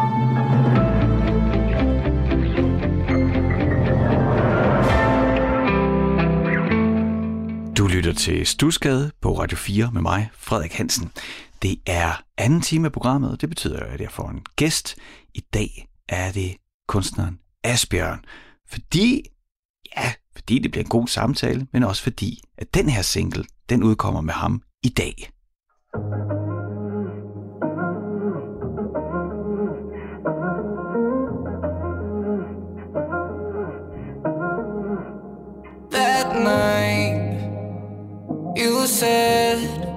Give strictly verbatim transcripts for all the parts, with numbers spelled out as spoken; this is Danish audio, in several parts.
Du lytter til Studsgade på Radio fire med mig, Frederik Hansen. Det er anden time af programmet, og det betyder, at jeg får en gæst. I dag er det kunstneren Asbjørn. Fordi, ja, fordi det bliver en god samtale, men også fordi, at den her single, den udkommer med ham i dag. That night you said,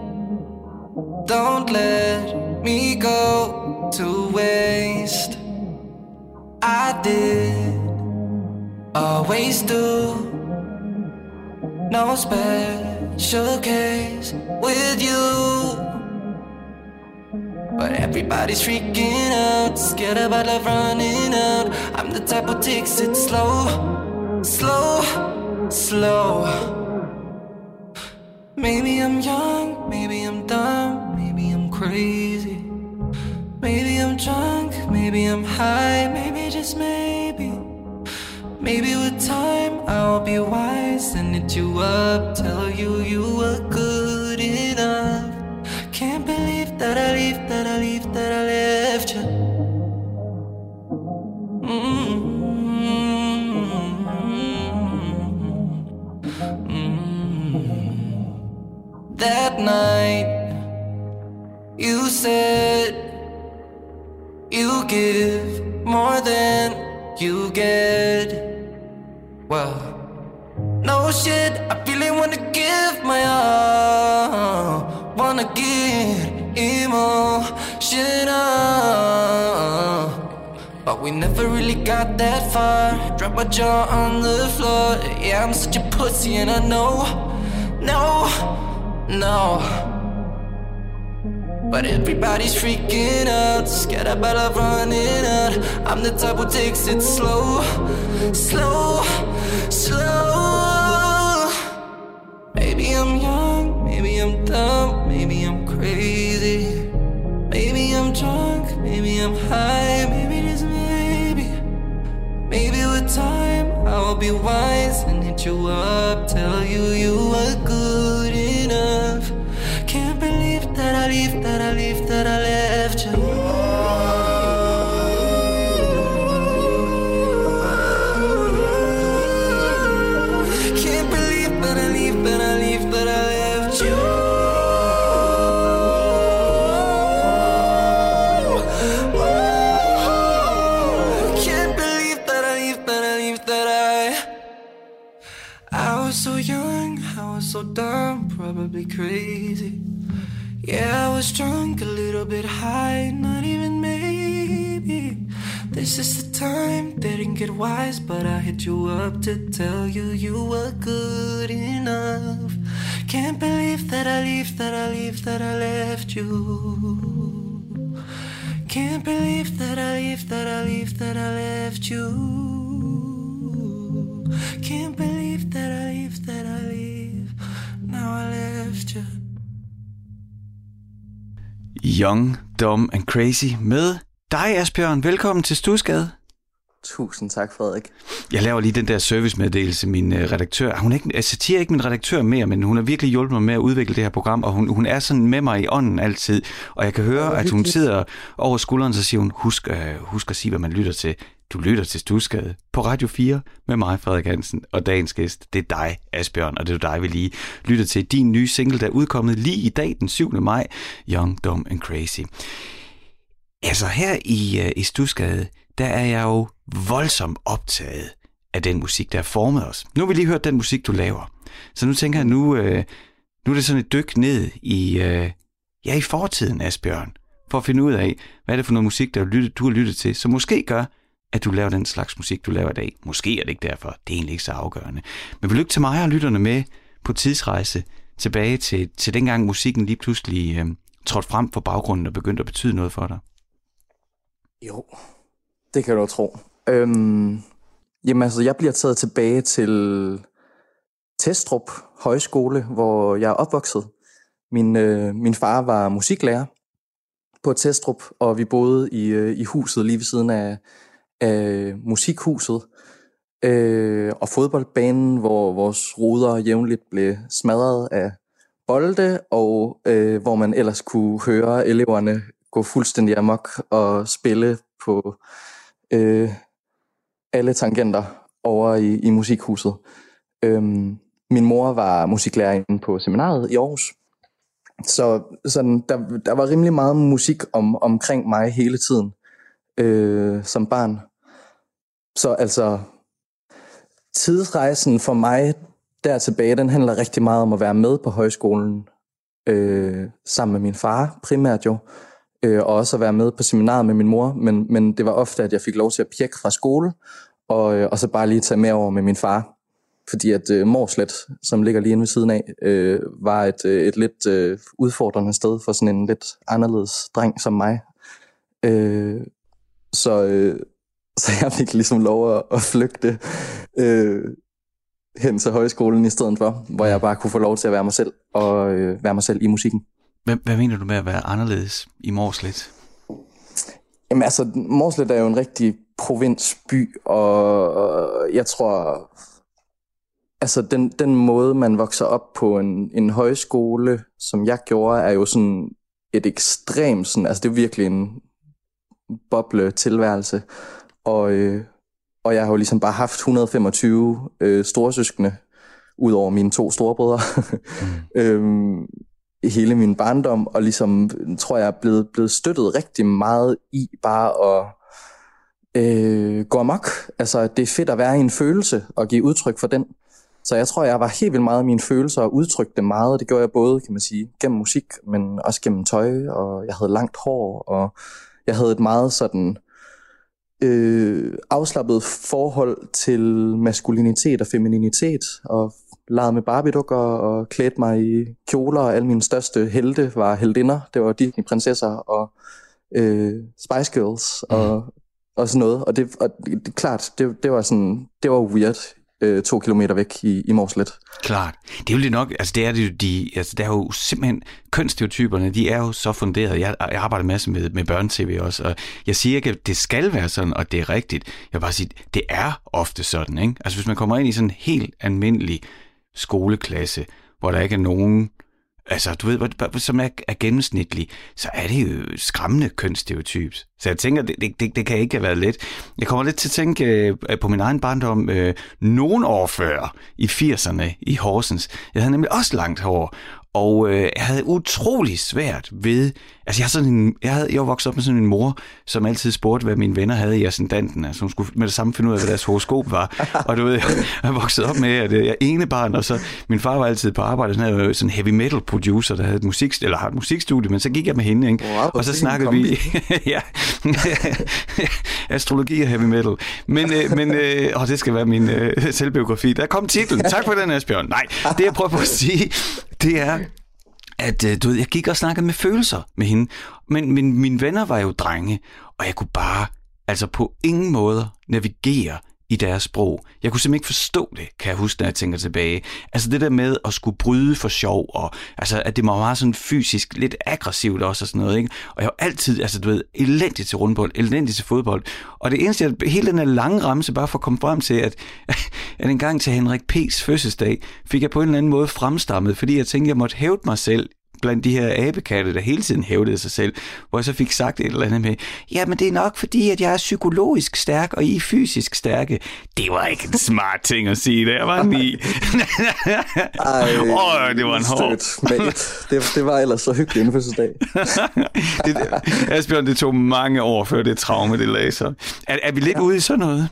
don't let me go to waste. I did always do. No special case with you. But everybody's freaking out, scared about love running out. I'm the type who takes it slow, slow, slow. Maybe I'm young, maybe I'm dumb, maybe I'm crazy. Maybe I'm drunk, maybe I'm high, maybe just maybe. Maybe with time I'll be wise and hit you up, tell you you were good enough. Can't believe that I leave, that I leave, that I left you. Mm-hmm. That night you said you give more than you get. Well, no shit, I really wanna give my all, wanna get emotional, but we never really got that far. Drop my jaw on the floor. Yeah, I'm such a pussy and I know, no, no. But everybody's freaking out, scared about love running out. I'm the type who takes it slow, slow, slow. Maybe I'm young, maybe I'm dumb, maybe I'm crazy. Maybe I'm drunk, maybe I'm high, maybe just maybe. Maybe with time I'll be wise and hit you up, tell you you were good enough. Can't believe that I leave, that I leave, that I left you. Can't believe that I leave, that I leave, that I left you. Can't believe that I leave, that I leave, that I. I was so young, I was so dumb, probably crazy. Yeah, I was drunk, a little bit high, not even maybe. This is the time, didn't get wise, but I hit you up to tell you you were good enough. Can't believe that I leave, that I leave, that I left you. Can't believe that I leave, that I leave, that I left you. Can't believe that I leave, that I leave, now I left you. Young, Dumb and Crazy med dig, Asbjørn. Velkommen til Studsgade. Tusind tak, Frederik. Jeg laver lige den der servicemeddelelse. Min uh, redaktør, hun er ikke, altså, Tia er ikke min redaktør mere, men hun har virkelig hjulpet mig med at udvikle det her program, og hun, hun er sådan med mig i ånden altid. Og jeg kan høre, at hun sidder over skulderen, så siger hun, husk, uh, husk at sige, hvad man lytter til. Du lytter til Studsgade på Radio fire med mig, Frederik Hansen, og dagens gæst, det er dig, Asbjørn, og det er dig, vi lige lytter til. Din nye single, der er udkommet lige i dag, den syvende maj, Young, Dumb and Crazy. Altså her i, uh, i Studsgade, der er jeg jo voldsomt optaget af den musik, der har formet os. Nu har vi lige hørt den musik, du laver. Så nu tænker jeg, nu, øh, nu er det sådan et dyk ned i, øh, ja, i fortiden, Asbjørn, for at finde ud af, hvad er det for noget musik, der lyttet, du har lyttet til, som måske gør, at du laver den slags musik, du laver i dag. Måske er det ikke derfor, det er egentlig ikke så afgørende. Men vil du ikke tage mig og lytterne med på tidsrejse tilbage til, til dengang musikken lige pludselig øh, trådte frem for baggrunden og begyndte at betyde noget for dig? Jo, det kan du tro. Øhm, jamen altså, jeg bliver taget tilbage til Testrup Højskole, hvor jeg er opvokset. Min, øh, min far var musiklærer på Testrup, og vi boede i, øh, i huset lige ved siden af, af musikhuset, øh, og fodboldbanen, hvor vores ruder jævnligt blev smadret af bolde, og øh, hvor man ellers kunne høre eleverne gå fuldstændig amok og spille på øh, alle tangenter over i, i musikhuset. Øhm, min mor var musiklærerinde på seminariet i Aarhus, så sådan, der, der var rimelig meget musik om, omkring mig hele tiden øh, som barn. Så altså, tidsrejsen for mig der tilbage, den handler rigtig meget om at være med på højskolen, øh, sammen med min far primært jo, øh, og også at være med på seminariet med min mor, men, men det var ofte, at jeg fik lov til at pjekke fra skole, og, øh, og så bare lige tage med over med min far. Fordi at øh, Mårslet, som ligger lige inde ved siden af, øh, var et, øh, et lidt øh, udfordrende sted for sådan en lidt anderledes dreng som mig. Øh, så, øh, så jeg fik ligesom lov at, at flygte øh, hen til højskolen i stedet for, hvor jeg bare kunne få lov til at være mig selv og øh, være mig selv i musikken. Hvad, hvad mener du med at være anderledes i Mårslet? Jamen altså, Mårslet er jo en rigtig provinsby, og jeg tror... Altså, den, den måde, man vokser op på en, en højskole, som jeg gjorde, er jo sådan et ekstremt, sådan, altså det er virkelig en boble-tilværelse. Og, øh, og jeg har jo ligesom bare haft et hundrede og femogtyve øh, storesøskende, ud over mine to storebrødre, mm. øhm, hele min barndom, og ligesom, tror jeg, er blevet, blevet støttet rigtig meget i bare at øh, gå amok. Altså, det er fedt at være i en følelse og give udtryk for den. Så jeg tror, jeg var helt vildt meget af mine følelser og udtrykte det meget. Det gjorde jeg både, kan man sige, gennem musik, men også gennem tøj, og jeg havde langt hår, og jeg havde et meget sådan øh, afslappet forhold til maskulinitet og femininitet, og legede med Barbie-dukker og klædte mig i kjoler, og alle mine største helte var heldinder. Det var Disney-prinsesser og øh, Spice Girls og, og sådan noget. Og det, og det klart, det, det var sådan, det var weird. To kilometer væk i, i Mårslet. Klart. Det er jo det nok, altså det er det jo, de, altså der er jo simpelthen, kønsstereotyperne, de er jo så funderet. Jeg, jeg arbejder masser med, med børne-tv også, og jeg siger ikke, at det skal være sådan, og det er rigtigt. Jeg vil bare sige, det er ofte sådan, ikke? Altså hvis man kommer ind i sådan en helt almindelig skoleklasse, hvor der ikke er nogen, altså du ved, som er, er gennemsnitlig, så er det jo skræmmende kønsstereotypt. Så jeg tænker, det, det, det kan ikke have været let. Jeg kommer lidt til at tænke uh, på min egen barndom, uh, nogle år før, i firserne i Horsens. Jeg havde nemlig også langt hår, og uh, jeg havde utrolig svært ved, altså jeg, sådan en, jeg, havde, jeg var vokset op med sådan en mor, som altid spurgte, hvad mine venner havde i ascendanten. Altså hun skulle med det samme finde ud af, hvad deres horoskop var. Og du ved, jeg voksede op med, at jeg er ene barn, og så min far var altid på arbejde, sådan en sådan heavy metal producer, der havde et musik, eller har et musikstudie, men så gik jeg med hende, ikke? Wow, og så snakkede vi, ja, astrologi og heavy metal. Men, øh, men øh, åh, det skal være min øh, selvbiografi. Der kom titlen. Tak for den, Asbjørn. Nej, det jeg prøver på at sige, det er, at øh, du ved, jeg gik og snakkede med følelser med hende. Men min, mine venner var jo drenge, og jeg kunne bare, altså på ingen måde navigere i deres sprog. Jeg kunne simpelthen ikke forstå det, kan jeg huske, når jeg tænker tilbage. Altså det der med at skulle bryde for sjov, og altså at det var meget sådan fysisk, lidt aggressivt også og sådan noget, ikke? Og jeg var altid, altså du ved, elendig til rundbold, elendig til fodbold. Og det eneste, jeg, hele den her lange ramse, bare for at komme frem til, at, at en gang til Henrik P's fødselsdag, fik jeg på en eller anden måde fremstammet, fordi jeg tænkte, jeg måtte hævde mig selv blandt de her abekatte, der hele tiden hævdede sig selv, hvor jeg så fik sagt et eller andet med, ja, men det er nok fordi, at jeg er psykologisk stærk, og I er fysisk stærke. Det var ikke en smart ting at sige, da jeg var ni. Ej, oh, det var en hård. Det, det var ellers så hyggeligt en fødselsdag. det, Asbjørn, det tog mange år før det traume, det lagde sig. Er, er vi lidt ja. ude i sådan noget?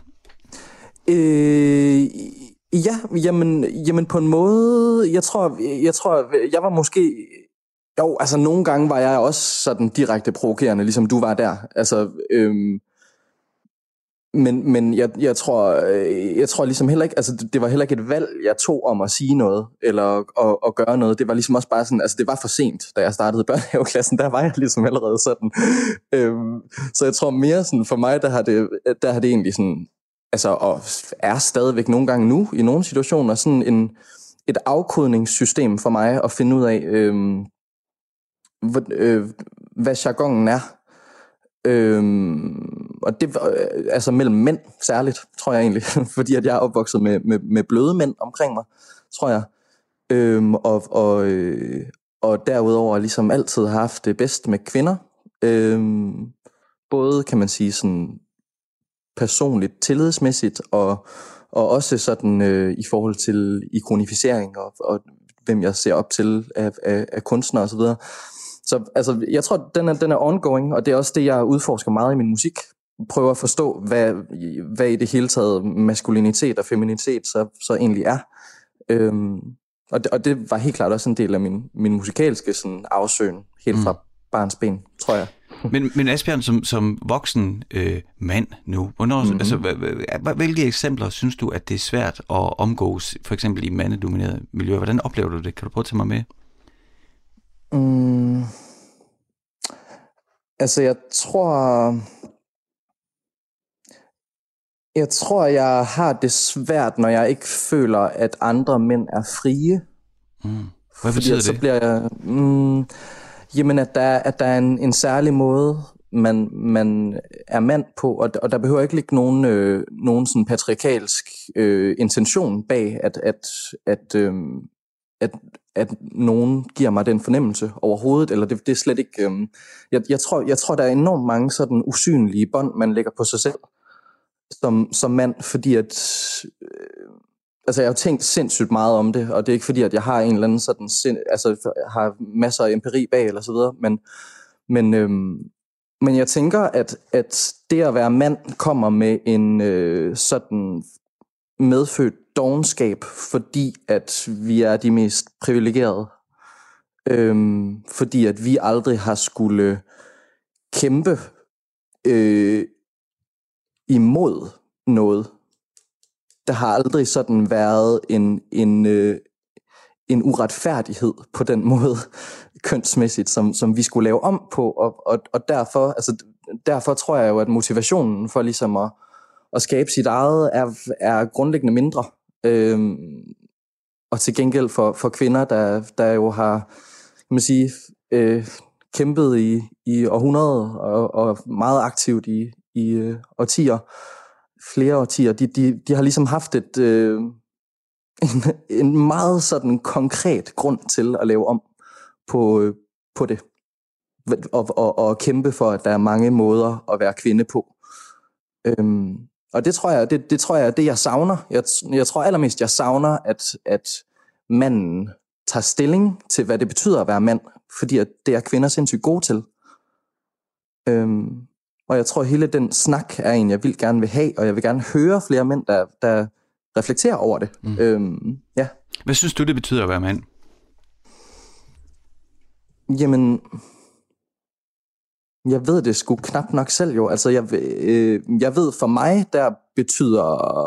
Øh... Ja, jamen, jamen på en måde, jeg tror, jeg tror, jeg var måske, jo, altså nogle gange var jeg også sådan direkte provokerende, ligesom du var der, altså, øhm, men, men jeg, jeg tror, jeg tror ligesom heller ikke, altså det var heller ikke et valg, jeg tog om at sige noget, eller at, at gøre noget, det var ligesom også bare sådan, altså det var for sent, da jeg startede børnehaveklassen, der var jeg ligesom allerede sådan, øhm, så jeg tror mere sådan, for mig, der har det, der har det egentlig sådan, altså, og er stadigvæk nogle gange nu, i nogle situationer, sådan en, et afkodningssystem for mig at finde ud af, øh, hvor, øh, hvad jargonen er. Øhm, og det altså mellem mænd særligt, tror jeg egentlig, fordi at jeg er opvokset med, med, med bløde mænd omkring mig, tror jeg. Øhm, og, og, øh, og derudover ligesom altid har haft det bedst med kvinder. Øhm, både, kan man sige, sådan personligt, tillidsmæssigt, og, og også sådan øh, i forhold til ikonificering, og, og hvem jeg ser op til af, af, af kunstnere osv. Så, så altså, jeg tror, den er, den er ongoing, og det er også det, jeg udforsker meget i min musik. Prøver at forstå, hvad, hvad i det hele taget maskulinitet og feminitet så, så egentlig er. Øhm, og, det, og det var helt klart også en del af min, min musikalske sådan, afsøgen, helt fra mm. barns ben, tror jeg. Men, men Asbjørn, som, som voksen øh, mand nu, hvornår, mm-hmm. altså, hvilke eksempler synes du, at det er svært at omgås, for eksempel i mandedominerede miljøer? Hvordan oplever du det? Kan du prøve at tage mig med? Mm. Altså, jeg tror... Jeg tror, jeg har det svært, når jeg ikke føler, at andre mænd er frie. Mm. Hvad betyder det? Så bliver jeg... Mm, jamen, at der, at der er en, en særlig måde, man, man er mand på, og, og der behøver ikke ligge nogen, øh, nogen sådan patriarkalsk øh, intention bag, at, at, at, øh, at, at nogen giver mig den fornemmelse overhovedet, eller det, det er slet ikke... Øh, jeg, jeg, tror, jeg tror, der er enormt mange sådan usynlige bånd, man lægger på sig selv, som, som mand, fordi at... Øh, altså, jeg har jo tænkt sindssygt meget om det, og det er ikke fordi, at jeg har en eller anden sådan... Sind, altså, har masser af empiri bag, eller så videre, men... Men, øhm, men jeg tænker, at, at det at være mand kommer med en øh, sådan medfødt dovenskab, fordi at vi er de mest privilegerede. Øhm, fordi at vi aldrig har skulle kæmpe øh, imod noget. Der har aldrig sådan været en, en, øh, en uretfærdighed på den måde, kønsmæssigt, som, som vi skulle lave om på, og, og, og derfor, altså, derfor tror jeg jo, at motivationen for ligesom at, at skabe sit eget er, er grundlæggende mindre. Øhm, og til gengæld for, for kvinder, der, der jo har, kan man sige, øh, kæmpet i, i århundreder og, og meget aktivt i, i øh, årtier, flere årtier, de, de, de har ligesom haft et, øh, en, en meget sådan konkret grund til at lave om på, på det. Og, og, og kæmpe for, at der er mange måder at være kvinde på. Øhm, og det tror jeg, det, det tror jeg er det, jeg savner. Jeg, jeg tror allermest, jeg savner, at, at manden tager stilling til, hvad det betyder at være mand, fordi at det er kvinder sindssygt gode til. Øhm, og jeg tror, hele den snak er en, jeg vil gerne vil have, og jeg vil gerne høre flere mænd, der, der reflekterer over det. Mm. Øhm, ja. Hvad synes du, det betyder at være mand? Jamen, jeg ved det sgu knap nok selv jo. Altså, jeg, øh, jeg ved for mig, der betyder,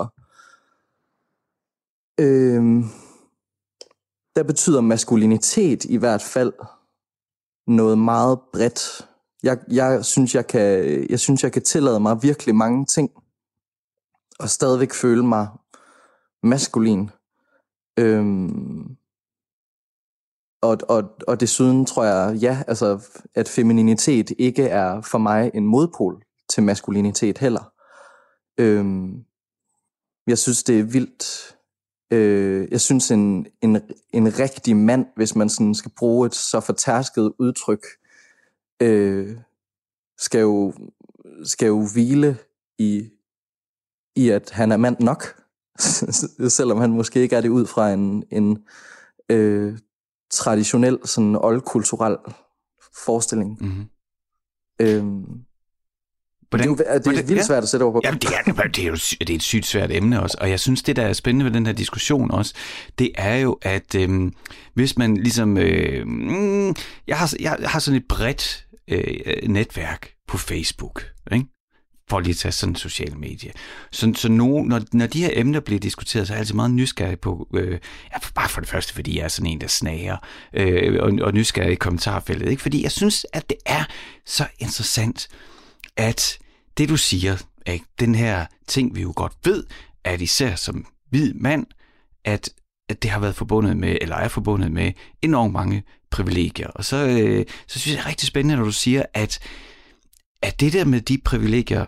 øh, der betyder maskulinitet i hvert fald noget meget bredt. Jeg, jeg synes, jeg kan, jeg synes, jeg kan tillade mig virkelig mange ting, og stadigvæk føle mig maskulin. Øhm, Og, og, og desuden tror jeg, ja, altså, at femininitet ikke er for mig en modpol til maskulinitet heller. Øhm, jeg synes, det er vildt. Øh, jeg synes, en, en, en rigtig mand, hvis man sådan skal bruge et så fortærsket udtryk, øh, skal, jo, skal jo hvile i, i, at han er mand nok. Selvom han måske ikke er det ud fra en... en øh, traditionel, sådan oldkulturel forestilling. Mm-hmm. Øhm, Hvordan, det er, jo, det er hvordan, vildt svært at sætte over på. Jamen, det er, det, er jo, det er et sygt svært emne også, og jeg synes, det der er spændende ved den her diskussion også, det er jo, at øhm, hvis man ligesom... Øh, mm, jeg, har, jeg har sådan et bredt øh, netværk på Facebook, ikke? For lige at tage sådan sociale medier. Så, så nu, når, når de her emner bliver diskuteret, så er jeg altid meget nysgerrig på, øh, ja, bare for det første, fordi jeg er sådan en, der snager, øh, og, og nysgerrig i kommentarfeltet, ikke? Fordi jeg synes, at det er så interessant, at det du siger, ikke? Den her ting, vi jo godt ved, at især som hvid mand, at at det har været forbundet med, eller er forbundet med, enormt mange privilegier. Og så, øh, så synes jeg, det er rigtig spændende, når du siger, at, at det der med de privilegier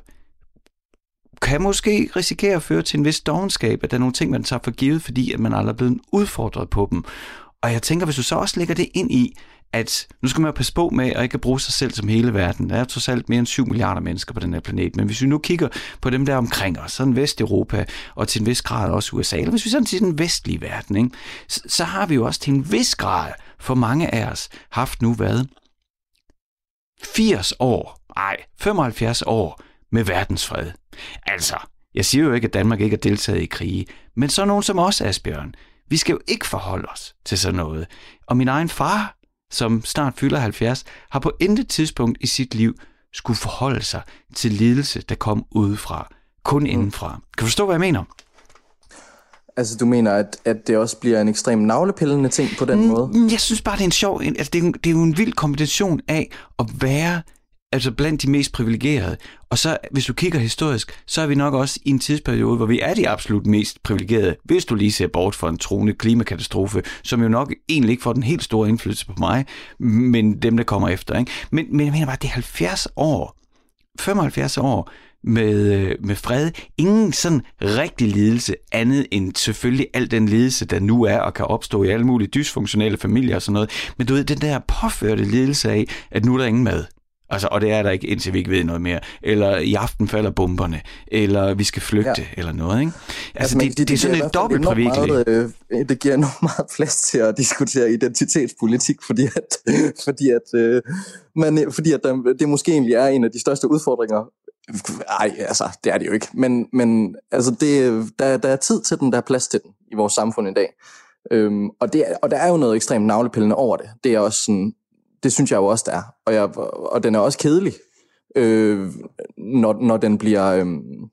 kan måske risikere at føre til en vis dovenskab, at der er nogle ting, man tager for givet, fordi at man aldrig er blevet udfordret på dem. Og jeg tænker, hvis du så også lægger det ind i, at nu skal man jo passe på med at ikke bruge sig selv som hele verden. Der er trods alt mere end syv milliarder mennesker på den her planet. Men hvis vi nu kigger på dem der omkring os, sådan Vesteuropa og til en vis grad også U S A, eller hvis vi sådan siger den vestlige verden, ikke, så, så har vi jo også til en vis grad for mange af os haft nu været firs år, nej, femoghalvfjerds år med verdensfred. Altså, jeg siger jo ikke, at Danmark ikke er deltaget i krige, men så nogen som os, Asbjørn, vi skal jo ikke forholde os til sådan noget. Og min egen far, som snart fylder halvfjerds, har på intet tidspunkt i sit liv skulle forholde sig til lidelse, der kom udefra, kun mm. indenfra. Kan du forstå, hvad jeg mener? Altså, du mener, at, at det også bliver en ekstrem navlepillende ting på den mm, måde? Jeg synes bare, det er en sjov... Altså, det, er, det er jo en vild kombination af at være altså blandt de mest privilegerede. Og så, hvis du kigger historisk, så er vi nok også i en tidsperiode, hvor vi er de absolut mest privilegerede, hvis du lige ser bort fra en truende klimakatastrofe, som jo nok egentlig ikke får den helt store indflydelse på mig, men dem, der kommer efter. Ikke? Men, men jeg mener bare, det er halvfjerds år, femoghalvfjerds år med, med fred. Ingen sådan rigtig lidelse, andet end selvfølgelig al den lidelse, der nu er og kan opstå i alle mulige dysfunktionelle familier og sådan noget. Men du ved, den der påførte lidelse af, at nu er der ingen mad. Altså, og det er der ikke, indtil vi ikke ved noget mere. Eller i aften falder bomberne. Eller vi skal flygte, ja. Eller noget, ikke? Altså, altså det, det, det er sådan et dobbelt privilegie. Øh, det giver enormt meget plads til at diskutere identitetspolitik, fordi at, fordi at, øh, man, fordi at der, det måske egentlig er en af de største udfordringer. Ej, altså, det er det jo ikke. Men, men altså, det, der, der er tid til den, der er plads til den i vores samfund i dag. Øhm, og, det, og der er jo noget ekstremt navlepillende over det. Det er også sådan... Det synes jeg jo også, der er. Og, jeg, og den er også kedelig, øh, når, når den bliver øh,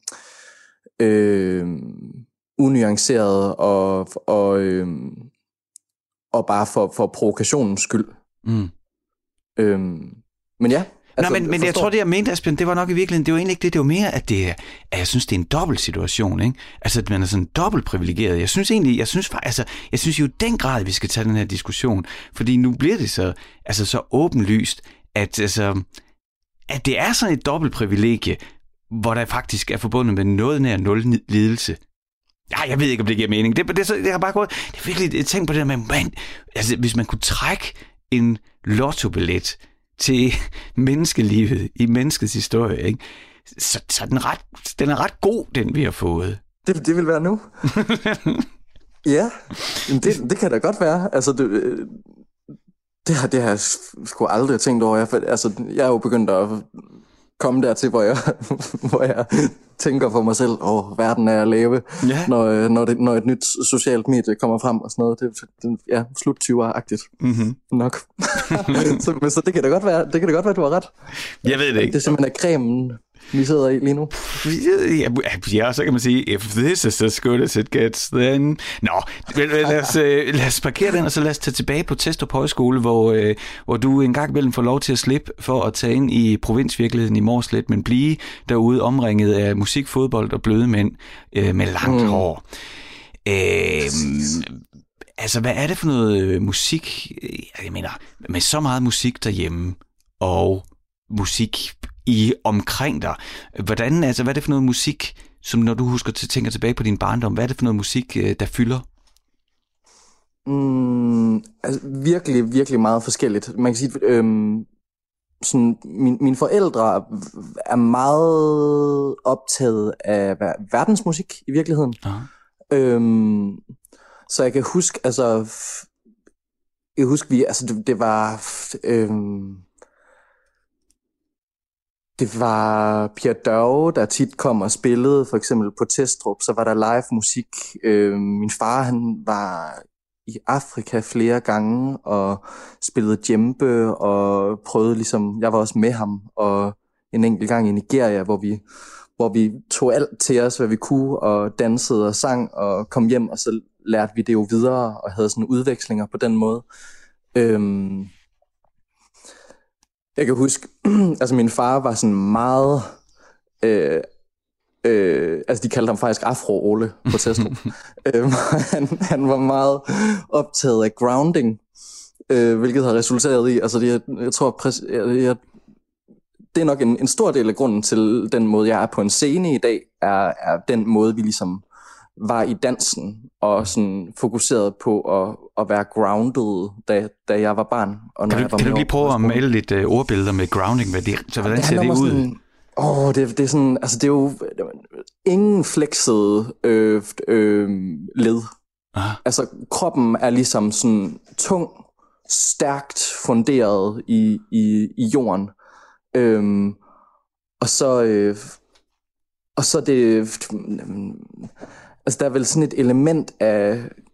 øh, unuanceret og, og, øh, og bare for, for provokationens skyld. Mm. Øh, men ja. Altså, Nå, men, men jeg tror, det jeg mente, Asbjørn, det var nok i virkeligheden, det var egentlig ikke det, det var mere, at, det, at jeg synes, det er en dobbelt situation, ikke? Altså, at man er sådan dobbelt privilegeret. Jeg synes egentlig, jeg synes, altså, jeg synes jo i den grad, vi skal tage den her diskussion, fordi nu bliver det så, altså, så åbenlyst, at, altså, at det er sådan et dobbelt privilegie, hvor der faktisk er forbundet med noget nær nul lidelse. Ja, jeg ved ikke, om det giver mening. Det, det, det har bare gået, det er virkelig, jeg tænker på det der med, man, altså, hvis man kunne trække en lottobillet til menneskelivet i menneskets historie, ikke? Så, så den, ret, den er ret god, den vi har fået. Det, det vil være nu. Ja, det, det kan da godt være. Altså, det, det, har, det har jeg sgu aldrig tænkt over. Jeg, altså, jeg er jo begyndt at komme dertil, hvor jeg, hvor jeg tænker for mig selv, åh, oh, verden er at leve, ja. når, når, det, når et nyt socialt medie kommer frem og sådan noget. Det, det ja, slut tyver-agtigt. Mm-hmm. Nok. så, så det kan da godt være, det kan da godt være, du har ret. Jeg ved det ikke. Det er simpelthen af cremen, vi sidder i lige nu. Ja, ja, så kan man sige, if this is as good as it gets, then... Nå, lad os, lad os parkere den, og så lad os tage tilbage på Testrup Højskole, hvor, hvor du en gang imellem får lov til at slippe for at tage ind i provinsvirkeligheden i Mårslet, men blive derude omringet af musik, fodbold og bløde mænd øh, med langt mm. hår. Øh, altså, hvad er det for noget musik? Jeg mener, med så meget musik derhjemme, og musik i omkring dig. Hvordan, altså, hvad er det for noget musik, som når du husker til tænker tilbage på din barndom, hvad er det for noget musik, der fylder? Mm, altså, virkelig, virkelig meget forskelligt. Man kan sige, øhm, sådan, min, mine forældre er meget optaget af verdensmusik i virkeligheden. Øhm, så jeg kan huske, altså, jeg kan huske, vi, altså, det, det var... Øhm, Det var Pierre Daug, der tit kom og spillede, for eksempel på Testrup, så var der live musik. Øh, min far, han var i Afrika flere gange og spillede djembe og prøvede ligesom, jeg var også med ham, og en enkelt gang i Nigeria, hvor vi, hvor vi tog alt til os, hvad vi kunne, og dansede og sang og kom hjem, og så lærte vi det jo videre og havde sådan udvekslinger på den måde. Øh, Jeg kan huske, altså min far var sådan meget øh, øh, altså de kaldte ham faktisk Afro-Ole på Testrup. øh, han, han var meget optaget af grounding, øh, hvilket har resulteret i, altså det, jeg, jeg tror, præs, jeg, jeg, det er nok en, en stor del af grunden til den måde, jeg er på en scene i dag, er, er den måde, vi ligesom var i dansen, og sådan fokuseret på at, at være grounded, da, da jeg var barn. Og kan du, jeg var kan du lige prøve at male lidt uh, ordbilleder med grounding? Hvad det, så hvordan det ser det ud? Sådan, åh, det, det er sådan, altså det er jo ingen flexede øh, øh, led. Aha. Altså kroppen er ligesom sådan tung, stærkt funderet i, i, i jorden. Øhm, og så øh, og så det altså der er vel sådan et element af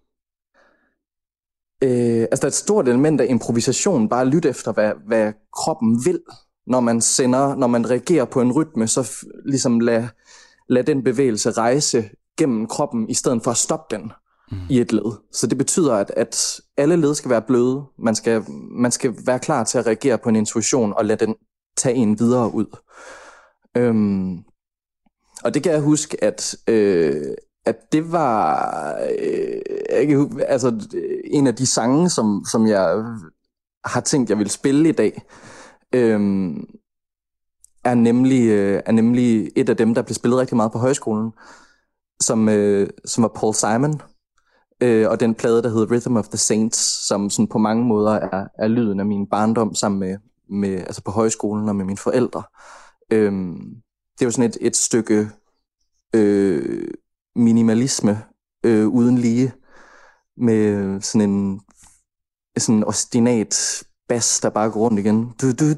øh, altså der er et stort element af improvisation, bare lyt efter hvad, hvad kroppen vil, når man sender, når man reagerer på en rytme, så f- ligesom lad, lad den bevægelse rejse gennem kroppen i stedet for at stoppe den mm. i et led. Så det betyder at, at alle led skal være bløde. Man skal man skal være klar til at reagere på en intuition og lade den tage en videre ud. Øhm, og det kan jeg huske, at, øh, at det var øh, ikke, altså, en af de sange, som, som jeg har tænkt, jeg vil spille i dag, øh, er, nemlig, øh, er nemlig et af dem, der blev spillet rigtig meget på højskolen, som, øh, som var Paul Simon, øh, og den plade, der hedder Rhythm of the Saints, som sådan på mange måder er, er lyden af min barndom sammen med med, altså på højskolen og med mine forældre. Øhm, det er jo sådan et, et stykke øh, minimalisme øh, uden lige, med sådan en sådan en ostinat bas, der bare går rundt igen.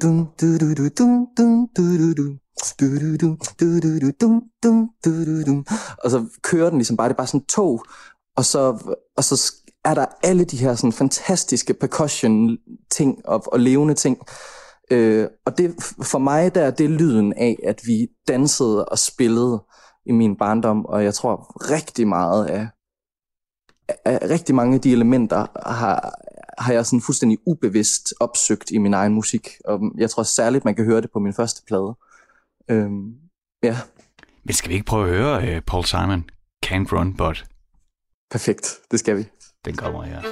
Og så kører den ligesom bare, det er bare sådan tog, og så, og så er der alle de her sådan fantastiske percussion ting og, og levende ting. Øh, og det for mig der, det er lyden af, at vi dansede og spillede i min barndom, og jeg tror rigtig meget af, af rigtig mange af de elementer har, har jeg sådan fuldstændig ubevidst opsøgt i min egen musik, og jeg tror særligt, man kan høre det på min første plade. Øh, ja. Men skal vi ikke prøve at høre uh, Paul Simon, Can't Run But? Perfekt, det skal vi. Den kommer her.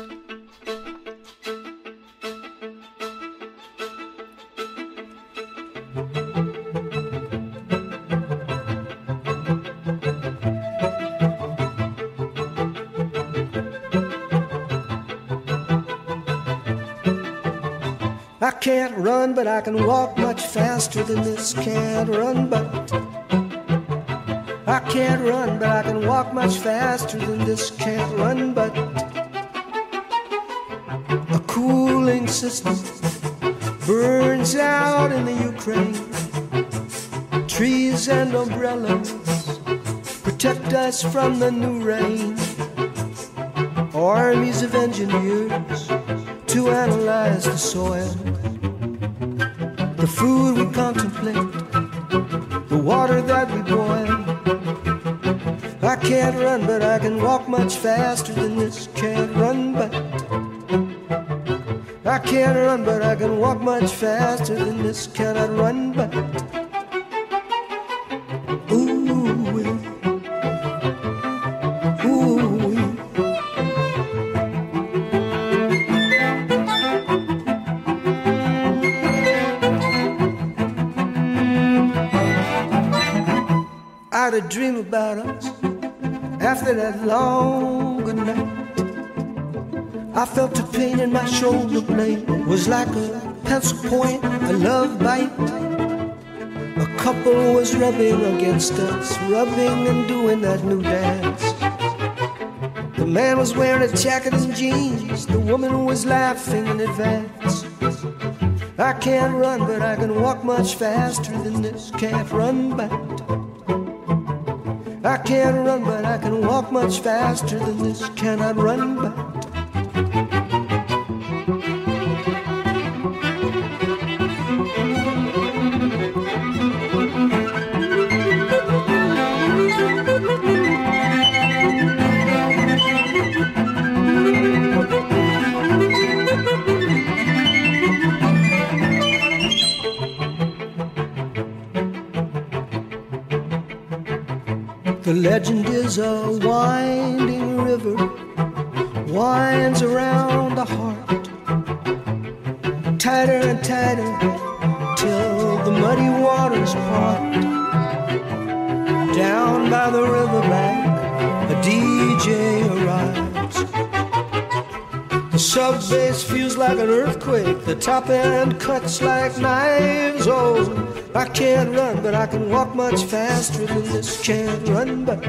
I can't run, but I can walk much faster than this. Can't run, but I can't run, but I can walk much faster than this. Can't run, but a cooling system burns out in the Ukraine. Trees and umbrellas protect us from the new rain. Armies of engineers to analyze the soil, the food we contemplate, the water that we boil. I can't run, but I can walk much faster than this. Can't run, but I can't run, but I can walk much faster than this. Cannot run, but ooh, ooh. I had a dream about us after that long good night. I felt the pain in my shoulder blade. It was like a pencil point, a love bite. A couple was rubbing against us, rubbing and doing that new dance. The man was wearing a jacket and jeans. The woman was laughing in advance. I can't run, but I can walk much faster than this. Can't run, but I can't run, but I can walk much faster than this. Cannot run, but The legend is a winding river winds around the heart, tighter and tighter till the muddy waters part. Down by the riverbank, a D J arrives. The sub-bass feels like an earthquake, the top end cuts like knives. Oh, I can't run, but I can walk much faster than this. Can't run, but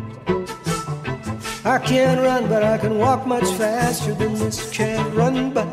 I can't run, but I can walk much faster than this. Can't run, but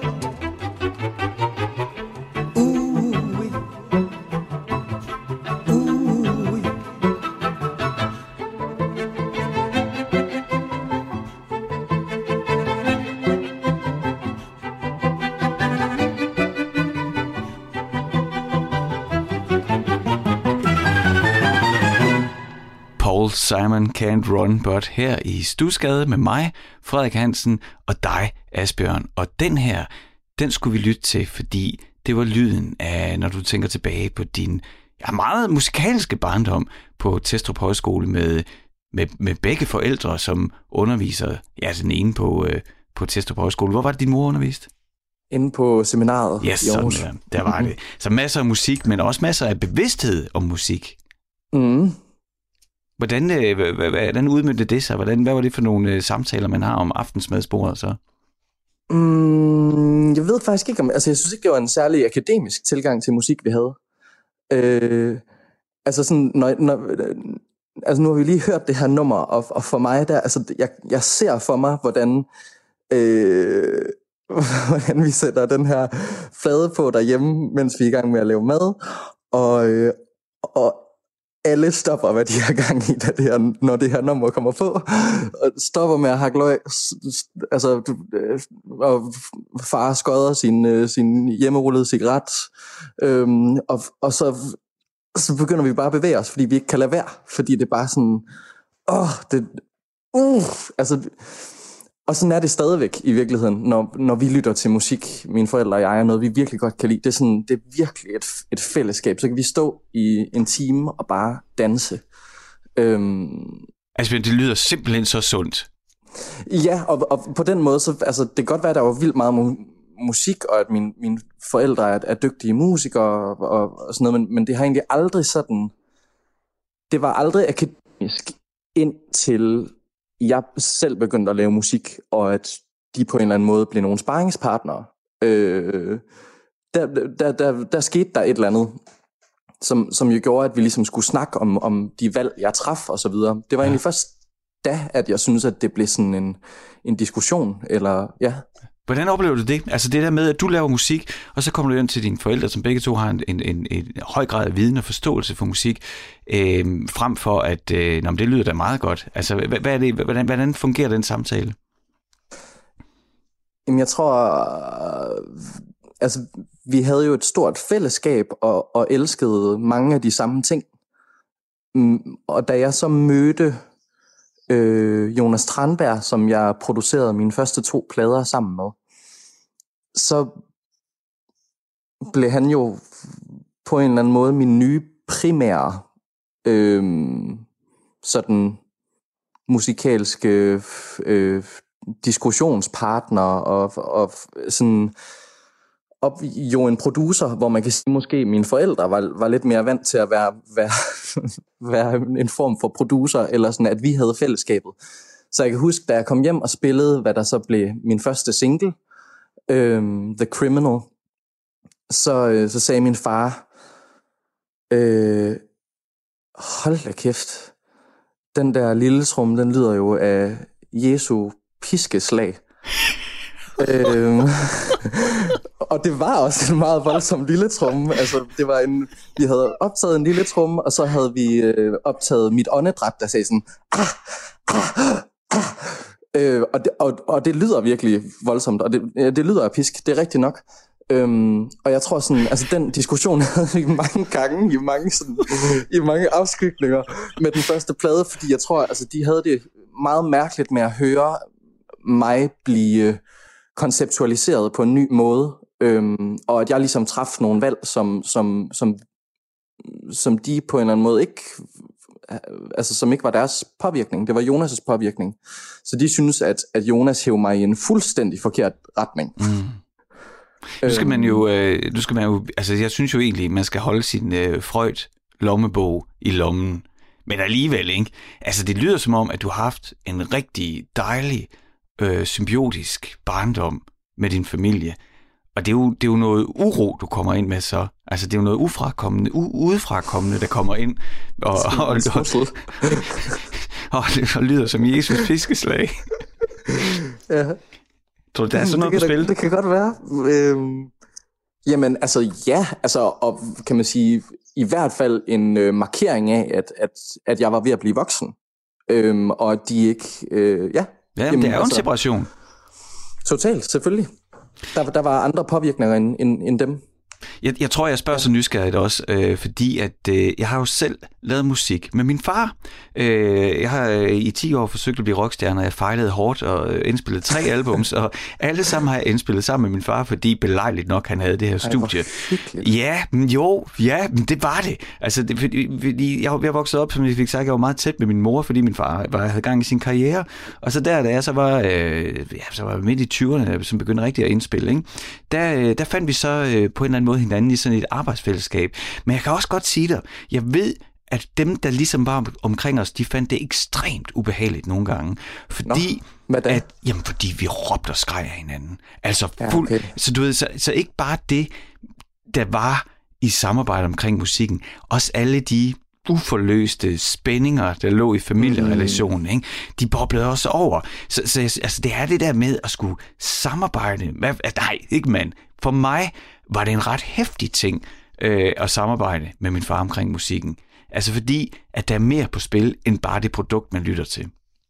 Simon Can't Run But her i Studsgade med mig, Frederik Hansen og dig, Asbjørn. Og den her, den skulle vi lytte til, fordi det var lyden af, når du tænker tilbage på din ja, meget musikalske barndom på Testrup Højskole med, med, med begge forældre, som underviser, ja, den ene på, øh, på Testrup Højskole. Hvor var det, din mor underviste? Inde på seminaret yes, i Aarhus. Sådan, der, der var det. Så masser af musik, men også masser af bevidsthed om musik. Mm. Hvordan, øh, hvordan udmødte det sig? Hvordan, hvad var det for nogle øh, samtaler, man har om aftensmadsbordet så? Mm, jeg ved faktisk ikke om... Altså, jeg synes ikke, det var en særlig akademisk tilgang til musik, vi havde. Øh, altså sådan... Når, når, altså, nu har vi lige hørt det her nummer, og, og for mig der... Altså, jeg, jeg ser for mig, hvordan... Øh, hvordan vi sætter den her flade på derhjemme, mens vi er i gang med at lave mad. Og... Øh, og alle stopper, hvad de har gang i, da det her, når det her nummer kommer på, og stopper med at hakke løg, altså, og far skodder sin, sin hjemmerullede cigaret, øhm, og, og så, så begynder vi bare at bevæge os, fordi vi ikke kan lade være, fordi det er bare sådan, åh, det, uh, altså, og sådan er det stadigvæk i virkeligheden, når, når vi lytter til musik, mine forældre og jeg, er noget, vi virkelig godt kan lide. Det er, sådan, det er virkelig et, et fællesskab. Så kan vi stå i en time og bare danse. Øhm, altså, det lyder simpelthen så sundt. Ja, og, og på den måde, så, altså, det kan godt være, at der var vildt meget mu- musik, og at mine, mine forældre er, er dygtige musikere og, og, og sådan noget, men, men det har egentlig aldrig sådan, det var aldrig akademisk indtil jeg selv begyndte at lave musik, og at de på en eller anden måde blev nogle sparringspartnere. Øh, der, der, der, der skete der et eller andet, som, som jo gjorde, at vi ligesom skulle snakke om, om de valg, jeg traf og så videre. Det var ja. egentlig først da, at jeg synes, at det blev sådan en, en diskussion, eller ja. Hvordan oplever du det? Altså det der med, at du laver musik, og så kommer du ind til dine forældre, som begge to har en, en, en, en høj grad af viden og forståelse for musik, øh, frem for at, øh, nå, det lyder da meget godt. Altså, hvad, hvad er det, hvordan, hvordan fungerer den samtale? Jamen, jeg tror, altså, vi havde jo et stort fællesskab, og, og elskede mange af de samme ting. Og da jeg så mødte Øh, Jonas Tranberg, som jeg producerede mine første to plader sammen med, så blev han jo på en eller anden måde min nye primære øh, sådan musikalske øh, diskussionspartner og, og sådan og jo en producer, hvor man kan sige, måske mine forældre var, var lidt mere vant til at være, være, være en form for producer, eller sådan, at vi havde fællesskabet. Så jeg kan huske, da jeg kom hjem og spillede, hvad der så blev min første single, øhm, The Criminal, så, øh, så sagde min far, øh, hold da kæft, den der lille trum, den lyder jo af Jesu piskeslag. øhm, og det var også en meget voldsom lille tromme. Altså, det var en, vi havde optaget en lille tromme, og så havde vi øh, optaget mit åndedræt, der sagde sådan ah, ah, ah. Øh, og, det, og, og det lyder virkelig voldsomt, og det, det lyder af pisk, det er rigtigt nok. Øhm, og jeg tror sådan, altså den diskussion havde vi mange gange i mange, sådan, i mange afskygninger med den første plade, fordi jeg tror, altså de havde det meget mærkeligt med at høre mig blive konceptualiseret på en ny måde, øhm, og at jeg ligesom traf nogle valg, som, som, som, som de på en eller anden måde ikke altså som ikke var deres påvirkning, det var Jonas' påvirkning. Så de synes, at, at Jonas hævde mig i en fuldstændig forkert retning. Mm. Nu skal man jo, øh, nu skal man jo, altså jeg synes jo egentlig, man skal holde sin øh, Freud lommebog i lommen, men alligevel, ikke? Altså det lyder som om, at du har haft en rigtig dejlig, øh, symbiotisk barndom med din familie, og det er, jo, det er jo noget uro, du kommer ind med så, altså det er jo noget ufrakommende, u- udefrakommende, der kommer ind, og, og, og, og, og, og lyder som Jesus fiskeslag. Ja. Tror du, der er sådan noget det på spil? Det, det kan godt være. Øhm, jamen, altså ja, altså, og kan man sige, i hvert fald en øh, markering af, at, at, at jeg var ved at blive voksen. Øhm, og at de ikke, øh, ja. Ja, jamen, det er jo altså, en separation. Totalt, selvfølgelig. Der, der var andre påvirkninger end, end, end dem. Jeg, jeg tror, jeg spørger så nysgerrigt også, øh, fordi at øh, jeg har jo selv lavet musik med min far. Øh, jeg har øh, i ti år forsøgt at blive rockstjerne, og jeg fejlede hårdt og øh, indspillede tre albums, og alle sammen har jeg indspillet sammen med min far, fordi belejligt nok, han havde det her studie. Ej, ja, men jo, ja, men det var det. Altså, det, fordi, fordi jeg, jeg voksede op, som jeg fik sagt, jeg var meget tæt med min mor, fordi min far var, havde gang i sin karriere, og så der, da jeg så var, øh, ja, så var midt i tyverne, som begyndte rigtig at indspille, ikke? Der, øh, der fandt vi så øh, på en eller anden måde hinanden i sådan et arbejdsfællesskab. Men jeg kan også godt sige dig, jeg ved, at dem, der ligesom var omkring os, de fandt det ekstremt ubehageligt nogle gange. Fordi, Nå, at, jamen, fordi vi råbte og skreg af hinanden. Altså fuld, ja, okay. så du ved, så, så ikke bare det, der var i samarbejde omkring musikken, også alle de uforløste spændinger, der lå i familierelationen, mm. ikke? De boblede også over. Så, så altså, det er det der med at skulle samarbejde. Hvad, nej, ikke mand. For mig var det en ret heftig ting øh, at samarbejde med min far omkring musikken. Altså fordi, at der er mere på spil, end bare det produkt, man lytter til.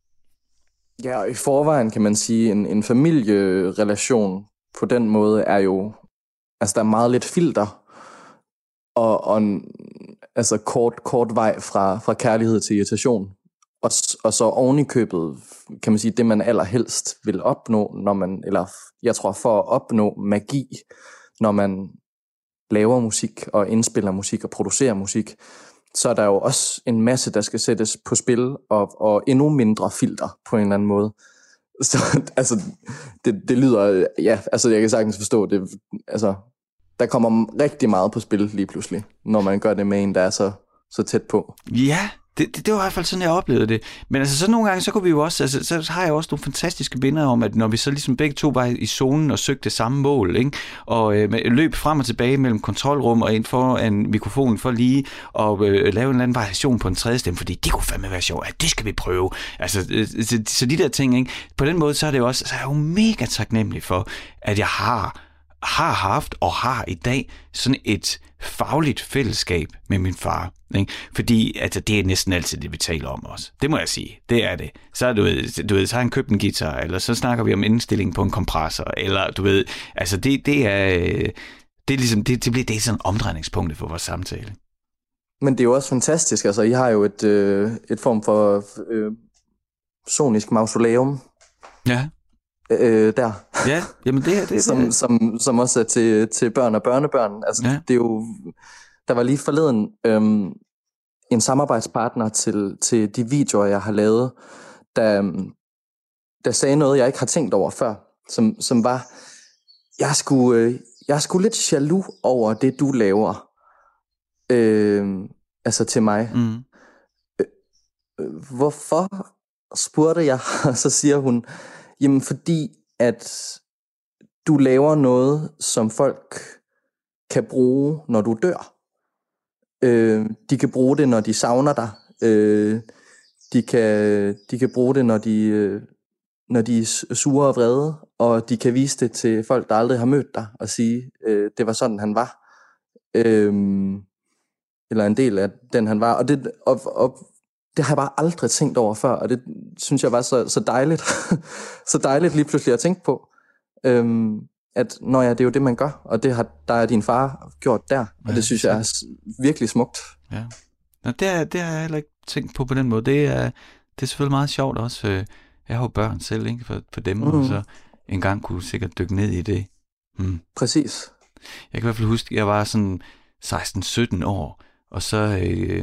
Ja, og i forvejen kan man sige, en, en familierelation på den måde er jo, altså der er meget lidt filter, og, og en, altså kort, kort vej fra, fra kærlighed til irritation. Og, og så oven i købet, kan man sige, det man allerhelst vil opnå, når man, eller jeg tror for at opnå magi, når man laver musik og indspiller musik og producerer musik, så er der jo også en masse, der skal sættes på spil, og, og endnu mindre filter på en eller anden måde. Så altså, det, det lyder, ja, altså jeg kan sagtens forstå det, altså der kommer rigtig meget på spil lige pludselig, når man gør det med en, der er så, så tæt på. Ja, det, det, det var i hvert fald sådan, jeg oplevede det. Men altså så nogle gange, så kunne vi jo også, altså så har jeg også nogle fantastiske billeder om, at når vi så ligesom begge to var i zonen og søgte samme mål, ikke? Og øh, løb frem og tilbage mellem kontrolrum og ind for en mikrofon for lige at øh, lave en eller anden variation på en tredje stemme, fordi det kunne fandme være sjovt, at det skal vi prøve. Altså, øh, så, så de der ting, ikke? På den måde, så er det jo også, så er jeg jo mega taknemmelig for, at jeg har har haft og har i dag sådan et fagligt fællesskab med min far. Ikke? Fordi altså, det er næsten altid det, vi taler om også. Det må jeg sige. Det er det. Så, du ved, du ved, så har han købt en guitar, eller så snakker vi om indstilling på en kompressor, eller du ved, altså det, det er det er ligesom, det, det bliver det er sådan omdrejningspunktet for vores samtale. Men det er jo også fantastisk. Altså, I har jo et, øh, et form for øh, sonisk mausoleum. Ja. Øh, der. Ja, jamen det er det. som, som, som også er til, til børn og børnebørn. Altså, ja. Det er jo, der var lige forleden øhm, en samarbejdspartner til, til de videoer, jeg har lavet, der, der sagde noget, jeg ikke har tænkt over før, som, som var, jeg er, sgu, øh, jeg er sgu lidt jaloux over det, du laver. Øh, altså til mig. Mm. Øh, hvorfor, spurgte jeg, og så siger hun, jamen fordi, at du laver noget, som folk kan bruge, når du dør. Øh, de kan bruge det, når de savner dig. Øh, de, kan, de kan bruge det, når de, øh, når de er sure og vrede. Og de kan vise det til folk, der aldrig har mødt dig, og sige, øh, det var sådan, han var. Øh, eller en del af den, han var. Og det... Og, og, Det har jeg bare aldrig tænkt over før, og det synes jeg var så, så dejligt. så dejligt lige pludselig at tænke på. Øhm, at når ja, det er jo det, man gør, og det har der er din far gjort der, og ja, det synes jeg er virkelig smukt. Ja, Nå, det, er, det har jeg heller ikke tænkt på på den måde. Det er, det er selvfølgelig meget sjovt også. Jeg har jo børn selv, ikke, for, for dem, mm. og så en gang kunne sikkert dykke ned i det. Mm. Præcis. Jeg kan i hvert fald huske, at jeg var sådan seksten sytten år, og så... Øh,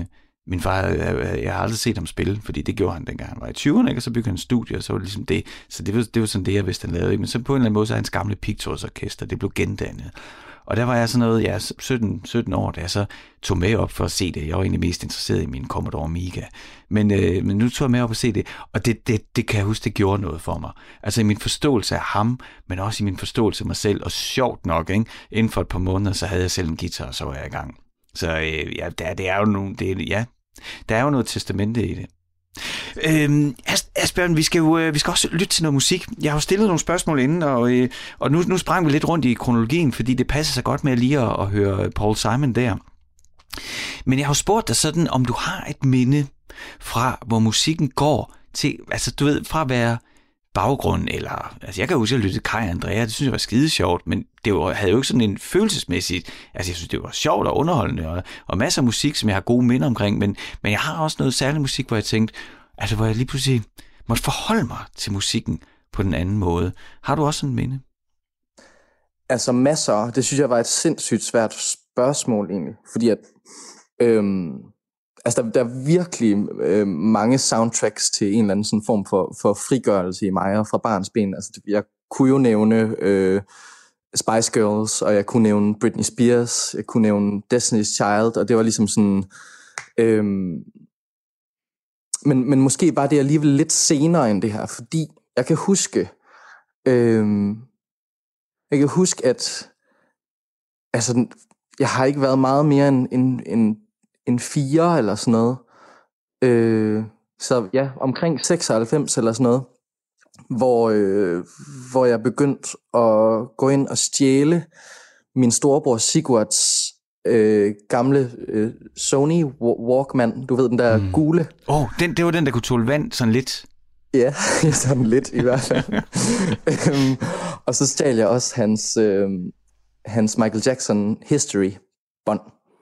min far, jeg, jeg har aldrig set ham spille, fordi det gjorde han dengang han var i tyverne, ikke? Og så byggede han en studie, og så var det ligesom det. Så det var, det var sådan det, jeg vidste, han lavede. Ikke? Men så på en eller anden måde, så er hans gamle Pictures Orkester, det blev gendannet. Og der var jeg sådan noget, ja, sytten, sytten år, da jeg så tog med op for at se det. Jeg var egentlig mest interesseret i min Commodore Amiga. Men, øh, men nu tog jeg med op og se det, og det, det, det kan jeg huske, det gjorde noget for mig. Altså i min forståelse af ham, men også i min forståelse af mig selv. Og sjovt nok, ikke? Inden for et par måneder, så havde jeg selv en guitar, og så var jeg i gang. Så øh, ja, der, det er jo nogle, det, ja, der er jo noget testamente i det. Øhm, Asbjørn, vi skal jo vi skal også lytte til noget musik. Jeg har jo stillet nogle spørgsmål inden, og, øh, og nu, nu sprang vi lidt rundt i kronologien, fordi det passer så godt med lige at, at høre Paul Simon der. Men jeg har jo spurgt dig sådan, om du har et minde fra, hvor musikken går til, altså du ved, fra at være baggrund, eller, altså jeg kan huske, at jeg lyttede Kaj og Andrea, det synes jeg var skide sjovt, men det var, havde jo ikke sådan en følelsesmæssigt, altså jeg synes, det var sjovt og underholdende, og, og masser af musik, som jeg har gode minder omkring, men, men jeg har også noget særlig musik, hvor jeg tænkte, altså hvor jeg lige pludselig måtte forholde mig til musikken på den anden måde. Har du også sådan en minde? Altså masser, det synes jeg var et sindssygt svært spørgsmål egentlig, fordi at, øhm, altså der, der er virkelig øh, mange soundtracks til en eller anden sådan form for, for frigørelse i mig, og fra barns ben. Altså jeg kunne jo nævne øh, Spice Girls, og jeg kunne nævne Britney Spears, jeg kunne nævne Destiny's Child, og det var ligesom sådan, øh, men, men måske var det alligevel lidt senere end det her, fordi jeg kan huske, øh, jeg kan huske, at altså, jeg har ikke været meget mere end, end, end en fire eller sådan noget. Øh, så ja, omkring seksoghalvfems eller sådan noget, hvor, øh, hvor jeg begyndte at gå ind og stjæle min storebror Sigurds øh, gamle øh, Sony Walkman, du ved, den der mm. gule. Åh, oh, den, det var den, der kunne tåle vand sådan lidt. Ja, sådan lidt i hvert fald. øhm, og så stjal jeg også hans, øh, hans Michael Jackson History bånd.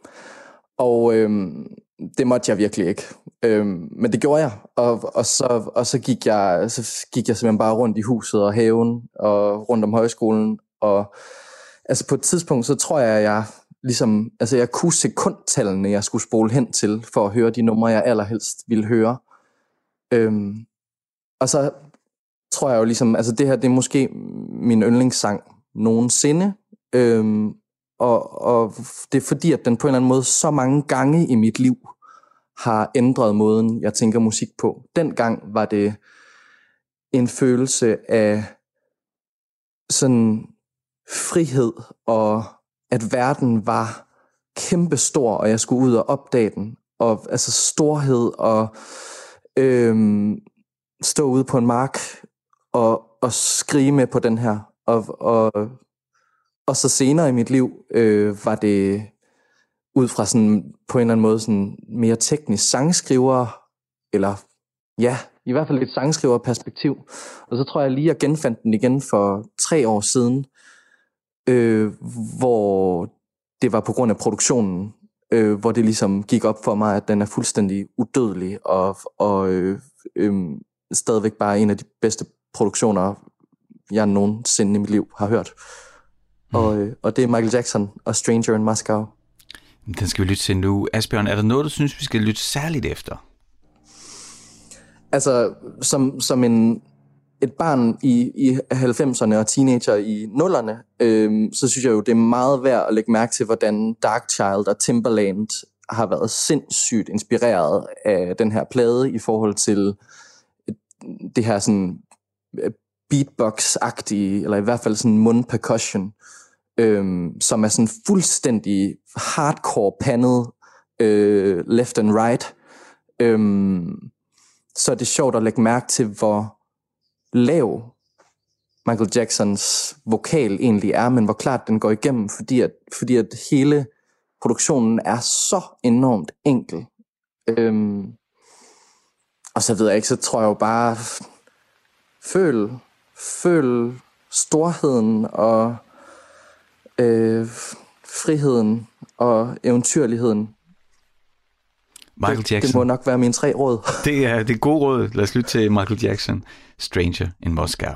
Og øhm, det måtte jeg virkelig ikke. Øhm, men det gjorde jeg. Og, og, så, og så, gik jeg, så gik jeg simpelthen bare rundt i huset og haven og rundt om højskolen. Og altså på et tidspunkt, så tror jeg, at jeg ligesom, altså jeg kunne sekundtallene, jeg skulle spole hen til, for at høre de numre, jeg allerhelst ville høre. Øhm, og så tror jeg jo ligesom, altså det her, det er måske min yndlingssang nogensinde. Øhm, Og, og det er fordi, at den på en eller anden måde så mange gange i mit liv har ændret måden, jeg tænker musik på. Dengang var det en følelse af sådan frihed, og at verden var kæmpestor, og jeg skulle ud og opdage den. Og altså storhed, og øhm, stå ude på en mark, og, og skrige med på den her. Og... og Og så senere i mit liv øh, var det ud fra sådan på en eller anden måde sådan mere teknisk sangskriver, eller ja, i hvert fald et sangskriverperspektiv. Og så tror jeg lige, at jeg genfandt den igen for tre år siden, øh, hvor det var på grund af produktionen, øh, hvor det ligesom gik op for mig, at den er fuldstændig udødelig, og, og øh, øh, stadigvæk bare en af de bedste produktioner, jeg nogensinde i mit liv har hørt. Og, og det er Michael Jackson og Stranger in Moscow. Den skal vi lytte til nu. Asbjørn, er der noget, du synes, vi skal lytte særligt efter? Altså, som, som en, et barn i, i halvfemserne og teenager i nullerne, øh, så synes jeg jo, det er meget værd at lægge mærke til, hvordan Darkchild og Timbaland har været sindssygt inspireret af den her plade i forhold til det her sådan beatbox-agtige, eller i hvert fald sådan mundpercussion, øhm, som er sådan fuldstændig hardcore pandet øh, left and right. Øhm, så er det sjovt at lægge mærke til, hvor lav Michael Jacksons vokal egentlig er, men hvor klart den går igennem, fordi at, fordi at hele produktionen er så enormt enkel. Øhm, og så ved jeg ikke, så tror jeg jo bare, føl Føl storheden og øh, friheden og eventyrligheden. Michael Jackson. Det, det må nok være mine tre råd. Det er det gode råd. Lad os lytte til Michael Jackson, Stranger in Moscow.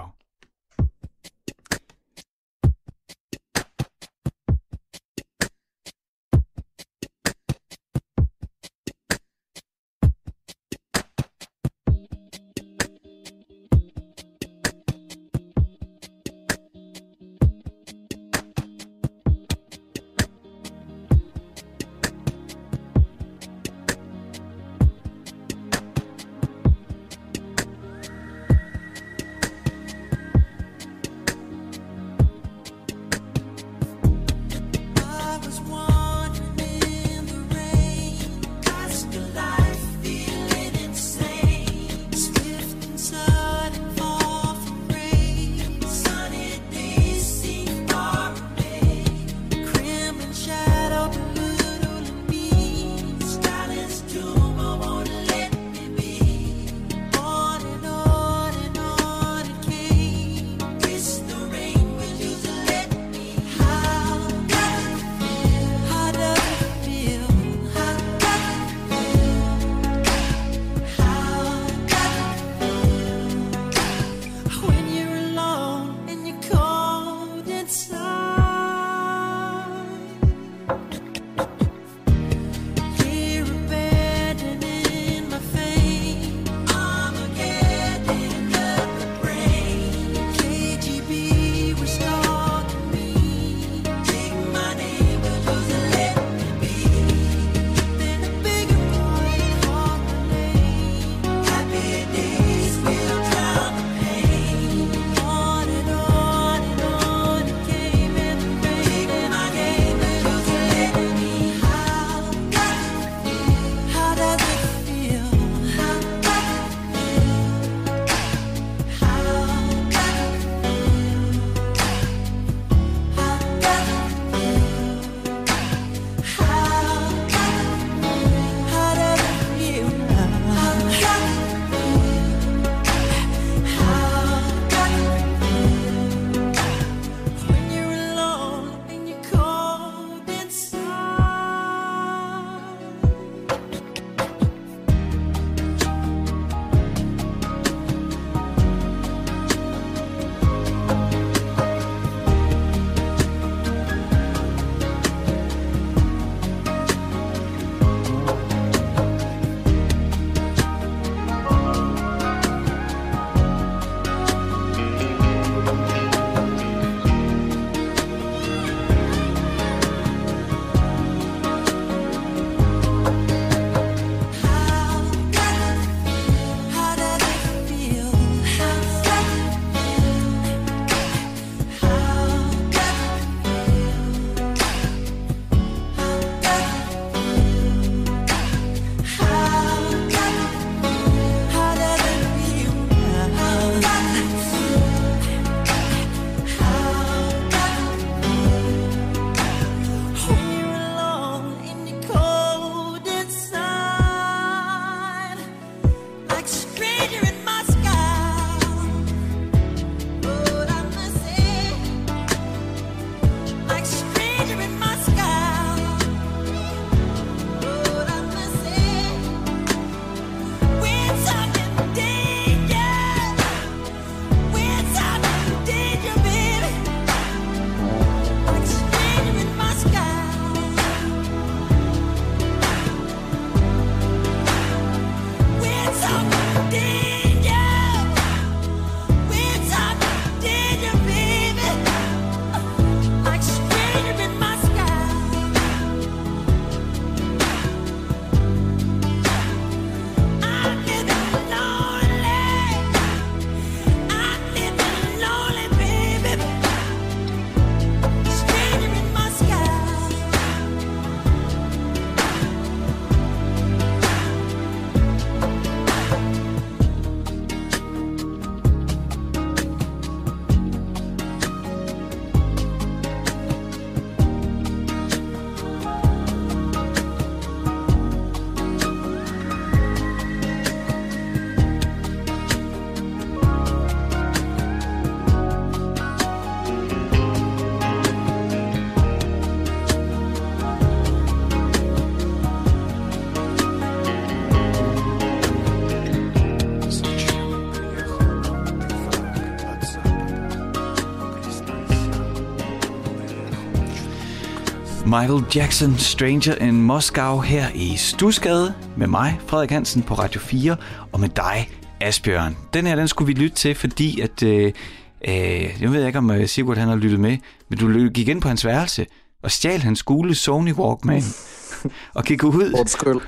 Michael Jackson, Stranger in Moscow her i Studsgade med mig, Frederik Hansen på Radio fire, og med dig, Asbjørn. Den her, den skulle vi lytte til, fordi at, øh, øh, jeg ved ikke, om Sigurd han har lyttet med, men du gik ind på hans værelse og stjal hans gule Sony Walkman og gik ud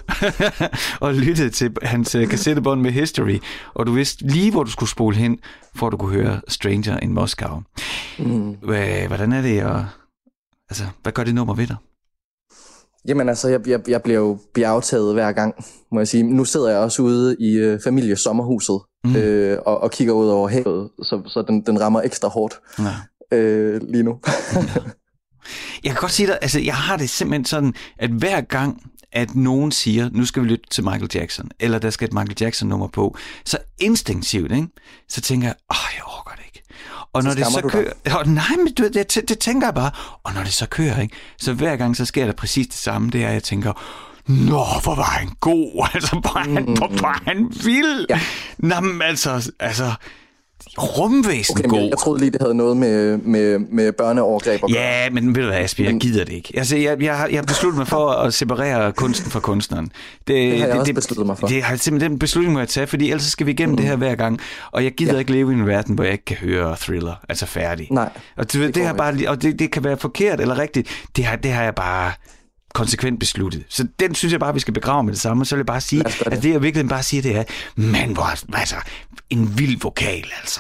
og lyttede til hans uh, kassettebånd med History, og du vidste lige, hvor du skulle spole hen, for at du kunne høre Stranger in Moscow. Mm. Hvordan er det, og altså, hvad gør det nummer ved dig? Jamen altså, jeg, jeg, jeg bliver jo bjergtaget hver gang, må jeg sige. Nu sidder jeg også ude i øh, familiesommerhuset mm. øh, og, og kigger ud over havet, så, så den, den rammer ekstra hårdt ja. øh, lige nu. Ja. Jeg kan godt sige dig, altså jeg har det simpelthen sådan, at hver gang, at nogen siger, nu skal vi lytte til Michael Jackson, eller der skal et Michael Jackson nummer på, så instinktivt, ikke? Så tænker jeg, åh, jeg overgår det ikke. Og når så det så kører, og nej, men du, det, det tænker jeg bare, og når det så kører, ikke? Så hver gang, så sker der præcis det samme, det er, jeg tænker, nå, hvor var han god, altså, hvor var han, hvor var han vild. Ja. Nå, men altså, altså, rumvæsen okay, god. Jeg troede lige, det havde noget med, med, med børneovergreb at gøre. Ja, men ved du hvad, Asbjørn, jeg gider det ikke. Altså, jeg, jeg, har, jeg har besluttet mig for at separere kunsten fra kunstneren. Det, det har jeg det, også det, besluttet mig for. Det har simpelthen den beslutning, må jeg tage, fordi ellers skal vi igennem mm. det her hver gang. Og jeg gider ja. ikke leve i en verden, hvor jeg ikke kan høre Thriller, altså færdig. Nej, og du, det, det, har bare, og det, det kan være forkert eller rigtigt. Det har, det har jeg bare konsekvent besluttet. Så den synes jeg bare, vi skal begrave med det samme. Så vil jeg bare sige, det. at det jeg virkelig bare siger, det er, man, hvor, altså, en vild vokal, altså.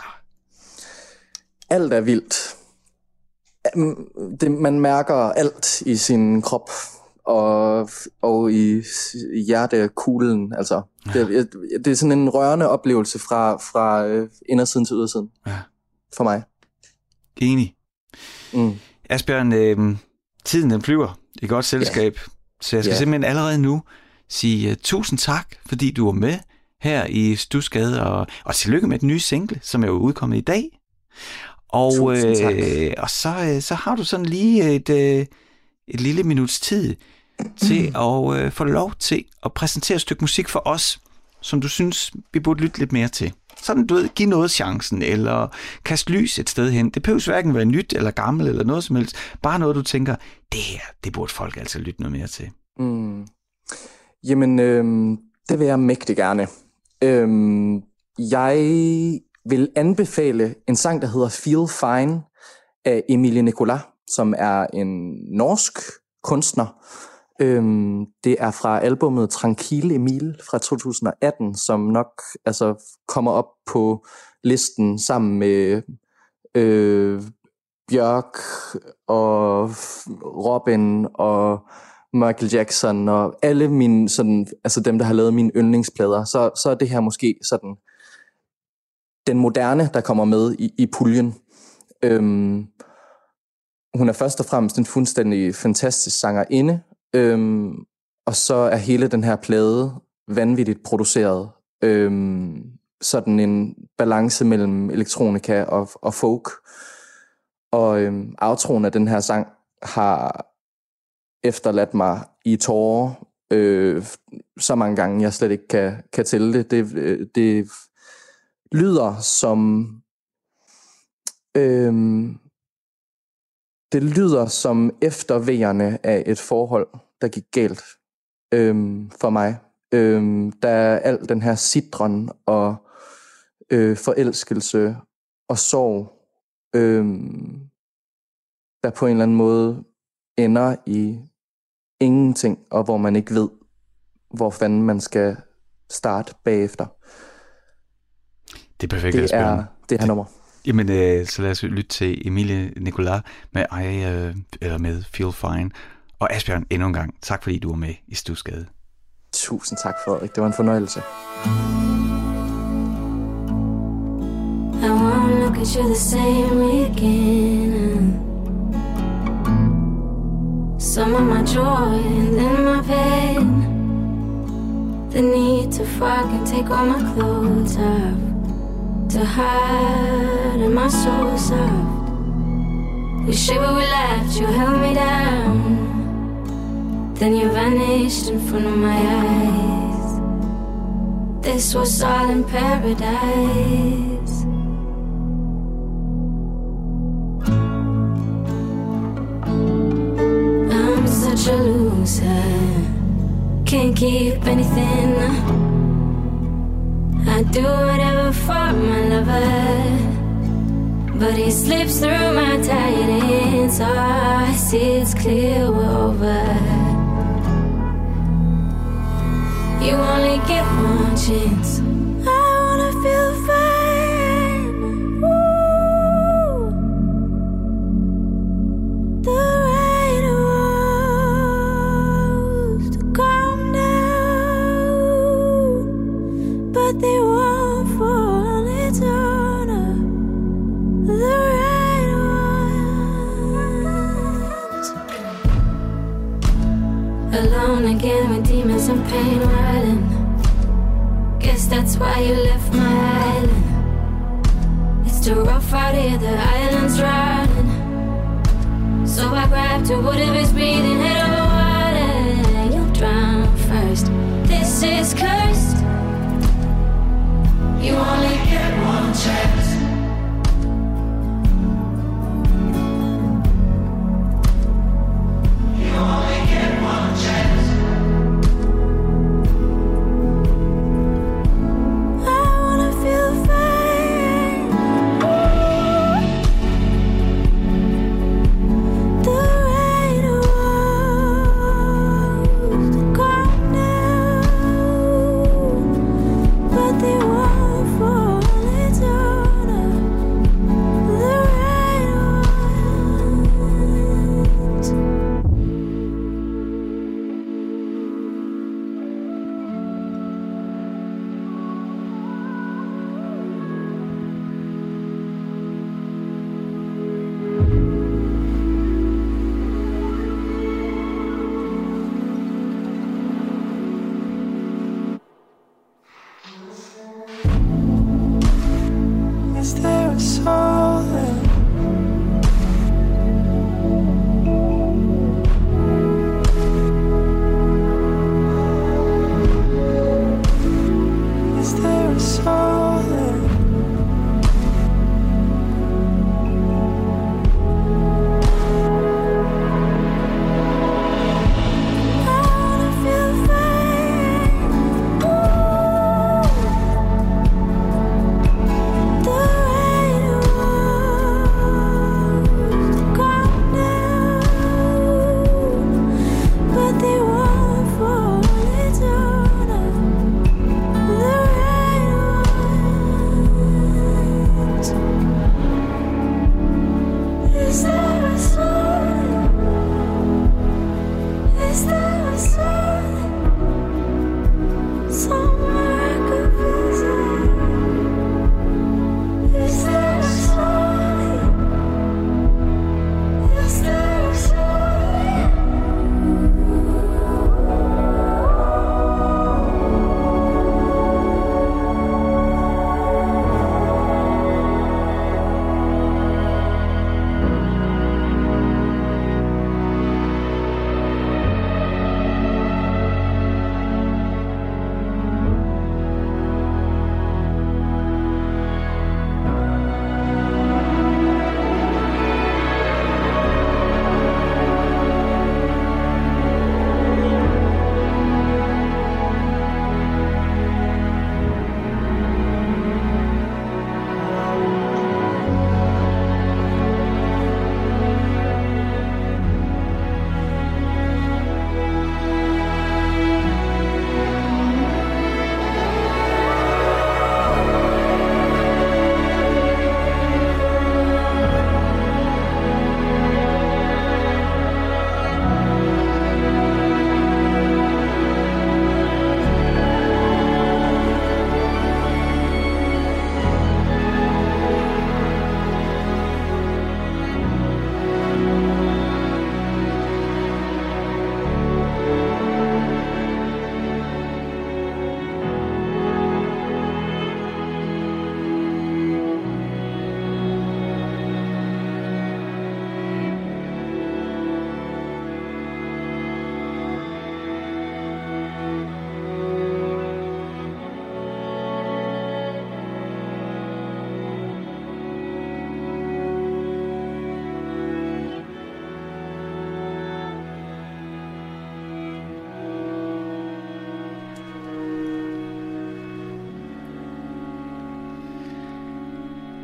Alt er vildt. Det, man mærker alt i sin krop og, og i, i hjertekuglen. Altså, ja. det, det er sådan en rørende oplevelse fra, fra indersiden til ydersiden. Ja. For mig. Enig. Mm. Asbjørn, øh, tiden den flyver i godt selskab, ja. Så jeg skal ja. simpelthen allerede nu sige uh, tusind tak, fordi du var med her i Studsgade, og, og tillykke med den nye single, som er jo udkommet i dag. Og, øh, og så, så har du sådan lige et, øh, et lille minuts tid til mm. at øh, få lov til at præsentere et stykke musik for os, som du synes, vi burde lytte lidt mere til. Sådan, du ved, give noget chancen, eller kaste lys et sted hen. Det behøver hverken være nyt eller gammel eller noget som helst. Bare noget, du tænker, det her, det burde folk altså lytte noget mere til. Mm. Jamen, øh, det vil jeg mægtig gerne. Øh, jeg vil anbefale en sang, der hedder Feel Fine af Emilie Nicolas, som er en norsk kunstner. Øhm, det er fra albumet Tranquille Emile fra to tusind og atten, som nok altså kommer op på listen sammen med øh, Bjørk og Robin og Michael Jackson og alle mine sådan, altså dem der har lavet mine yndlingsplader. Så så er det her måske sådan den moderne, der kommer med i, i puljen. Øhm, hun er først og fremmest en fuldstændig fantastisk sangerinde, øhm, og så er hele den her plade vanvittigt produceret. Øhm, sådan en balance mellem elektronika og, og folk. Og øhm, outroen af den her sang har efterladt mig i tårer øh, så mange gange, jeg slet ikke kan, kan tælle det. Det, det lyder som øhm, det lyder som eftervejerne af et forhold, der gik galt øhm, for mig. Øhm, der er al den her sidren og øh, forelskelse og sorg, øhm, der på en eller anden måde ender i ingenting, og hvor man ikke ved, hvor fanden man skal starte bagefter. Det er perfekt, det er det her nummer. Jamen, øh, så lad os lytte til Emilie Nicolas med I, øh, eller med Feel Fine. Og Asbjørn, endnu en gang, tak fordi du var med i Studsgade. Tusind tak, Frederik. Det var en fornøjelse. I won't look at you the same way again. Some of my joy and then my pain. The need to fucking take all my clothes off, to hide in my soul soft. We shiver, we laughed, you held me down. Then you vanished in front of my eyes. This was all in paradise. I'm closer. Can't keep anything. I do whatever for my lover, but he slips through my tight ends. So I see it's clear we're over. You only get one chance. I wanna feel fine. Ooh. The right words to calm down, but they won't fall. It's on the right ones. Alone again with demons and pain riding. Guess that's why you left my island. It's too rough out here, the island's drowning. So I grabbed to whatever's breathing, head over water. You'll drown first. This is cursed. You only get one chance. You only get one chance. I wanna feel fine. Ooh. The right words to calm down, but they won't fall. It's on the right ones. Is there a soul in? Is there a soul in? I wanna feel fine. Ooh. The right words to calm down, but they won't fall. It's on the right ones.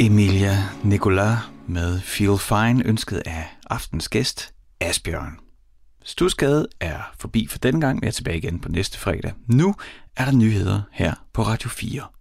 Emilia Nicolas med Feel Fine, ønsket af aftens gæst, Asbjørn. Studsgade er forbi for denne gang. Jeg er tilbage igen på næste fredag. Nu er der nyheder her på Radio fire.